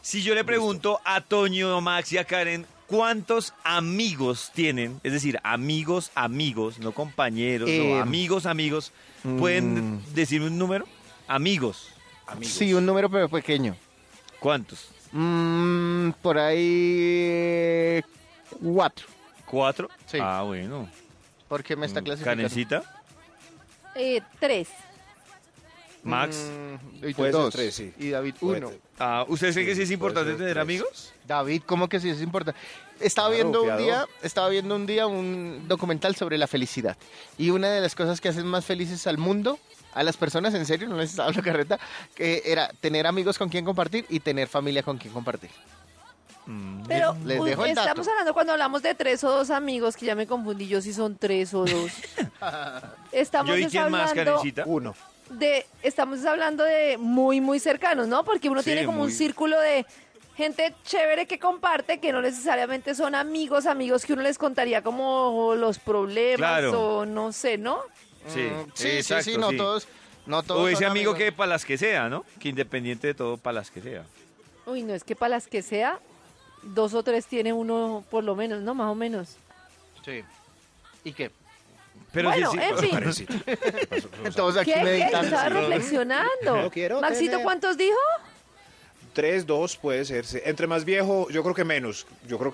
Si yo le pregunto a Toño, a Max y a Karen, ¿cuántos amigos tienen? Es decir, amigos, no compañeros, no, amigos. ¿Pueden decirme un número? Amigos. Sí, un número pero pequeño. ¿Cuántos? Por ahí 4. ¿4? Sí. Ah, bueno. ¿Por qué me está clasificando? ¿Karencita? 3. ¿Max? Puede ser 2. 3, sí. Y David, Puede 1. ser. ¿Ustedes creen que sí es puede importante ser tener 3. amigos? David, ¿cómo que sí es importante? Estaba viendo un día un documental sobre la felicidad. Y una de las cosas que hacen más felices al mundo, a las personas, en serio, no les hablo carreta, que era tener amigos con quien compartir y tener familia con quien compartir. Pero Les dejo el dato. estamos hablando cuando hablamos de 3 o 2 amigos, que ya me confundí yo si son 3 o 2. Estamos ¿Yo y quién más, hablando Karencita? 1. estamos hablando de muy, muy cercanos, ¿no? Porque uno Sí, tiene como un muy. círculo de gente chévere que comparte, que no necesariamente son amigos que uno les contaría como los problemas Claro. o no sé, ¿no? Sí, Sí, exacto, no sí. todos. No todos O ese son amigo amigos. que para las que sea, ¿no? Que independiente de todo, para las que sea. Uy, no, es que para las que sea, 2 o 3 tiene uno por lo menos, ¿no? Más o menos. Sí. ¿Y qué? Pero Bueno, sí, en fin. Karencita. Todos aquí ¿Qué? meditando. Estaba reflexionando. No quiero Maxito, tener. ¿cuántos dijo? 3, 2 puede ser. Sí. Entre más viejo, yo creo que menos.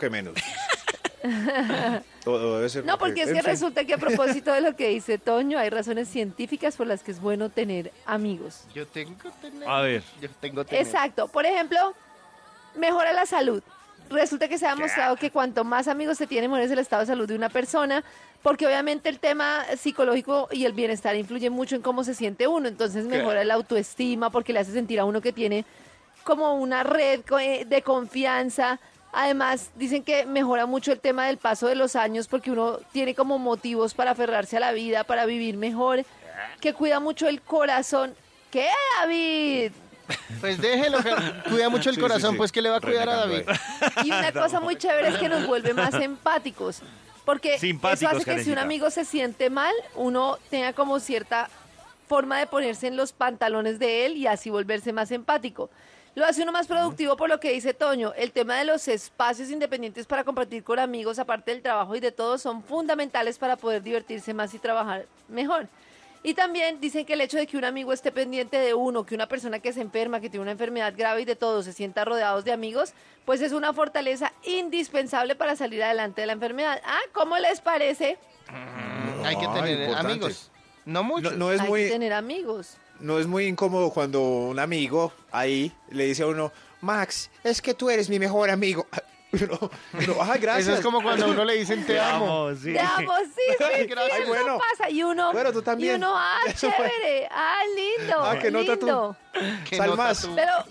Todo debe ser No, porque es que en fin. resulta que a propósito de lo que dice Toño, hay razones científicas por las que es bueno tener amigos. Yo tengo tener. A ver. Yo tengo tener. Exacto. Por ejemplo, mejora la salud. Resulta que se ha demostrado que cuanto más amigos se tiene, mejor es el estado de salud de una persona, porque obviamente el tema psicológico y el bienestar influye mucho en cómo se siente uno. Entonces mejora la autoestima porque le hace sentir a uno que tiene como una red de confianza. Además, dicen que mejora mucho el tema del paso de los años porque uno tiene como motivos para aferrarse a la vida, para vivir mejor, que cuida mucho el corazón. ¿Qué, David? Pues déjelo, cuida mucho el Sí, corazón, sí, sí. pues que le va a cuidar a David. Renegando Y una cosa muy chévere es que nos vuelve más empáticos. Porque Simpáticos, eso hace que si un Karencita. amigo se siente mal, uno tenga como cierta forma de ponerse en los pantalones de él y así volverse más empático. Lo hace uno más productivo por lo que dice Toño. El tema de los espacios independientes para compartir con amigos, aparte del trabajo y de todo, son fundamentales para poder divertirse más y trabajar mejor. Y también dicen que el hecho de que un amigo esté pendiente de uno, que una persona que se enferma, que tiene una enfermedad grave y de todo, se sienta rodeados de amigos, pues es una fortaleza indispensable para salir adelante de la enfermedad. Ah, ¿cómo les parece? Hay que Ah, tener importante. amigos. No muchos. No es Hay que muy, tener amigos. no es muy incómodo cuando un amigo ahí le dice a uno, Max, es que tú eres mi mejor amigo. Ay, gracias. Eso es como cuando a uno le dicen te amo. Sí. Te amo, sí, Gracias. eso Bueno. pasa. Y uno, Bueno, tú también. y uno, Eso fue. chévere, lindo, Ah, qué nota tú. lindo. ¿Qué Sal nota más. tú?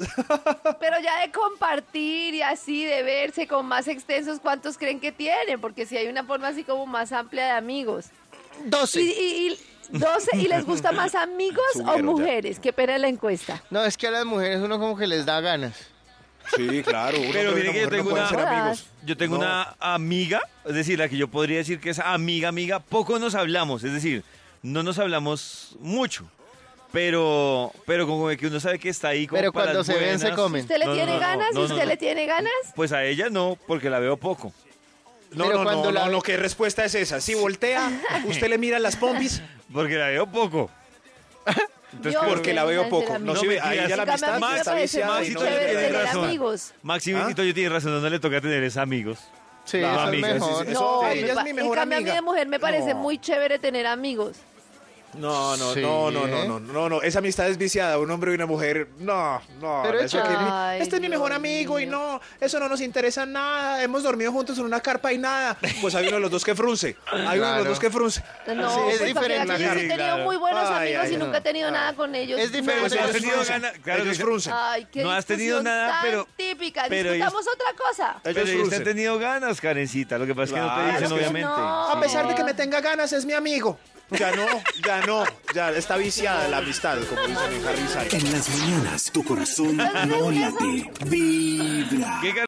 Pero ya de compartir y así, de verse con más extensos, ¿cuántos creen que tienen? Porque si hay una forma así como más amplia de amigos. 12. Y 12, ¿y les gusta más amigos Subieron o ya. mujeres? Qué pena la encuesta. No, es que a las mujeres uno como que les da ganas. Sí, claro. un Pero hombre y mire que yo una mujer tengo no pueden una- ser amigos. Yo tengo No. una amiga, es decir, la que yo podría decir que es amiga, poco nos hablamos, es decir, no nos hablamos mucho, pero como que uno sabe que está ahí como Pero para cuando las se ven, se buenas. comen. ¿Usted le No, tiene no, no, ganas? no, ¿Y no, usted no. le tiene ganas? Pues a ella no, porque la veo poco. Pero cuando la- ¿qué respuesta es esa? Si voltea, usted le mira las pompis, Porque la veo poco. Yo porque la veo soy poco. No, No, sí, mentiras. ahí ya la En cambio, a amistad mí me está parece viciada muy y no Maxito chévere tiene tener razón. amigos. Maximito ¿Ah? tiene razón, no le toca tener es amigos. Sí, La eso amiga, es sí, mejor. sí, eso- No, ella es mi en mejor cambio a mí amiga. de mujer me parece No. muy chévere tener amigos. No, Sí, no, esa amistad es viciada, un hombre y una mujer, no, Pero eso echa- que- Ay, este es mi mejor Dios amigo y mío. no, eso no nos interesa nada, hemos dormido juntos en una carpa y nada, pues hay uno de los dos que frunce, hay uno de los Claro. dos que frunce. No, Sí, pues es para que diferente. vean que yo sí he Sí, tenido claro. muy buenos Ay, amigos ay, y no. nunca he tenido nada con ellos. Es diferente. Pues no has Nada. tenido ganas, claro Ellos que fruncen. Ay, qué no has tenido discusión nada, tan pero típica. pero ellos- Discutamos otra cosa. Ellos pero ellos fruncen. han tenido ganas, Karencita, lo que pasa es que no te Claro, dicen, es que obviamente. no. A pesar de que me tenga ganas, es mi amigo. Ya está viciada la amistad, como dicen en Harry Styles. En las mañanas tu corazón no late, vibra. ¿Qué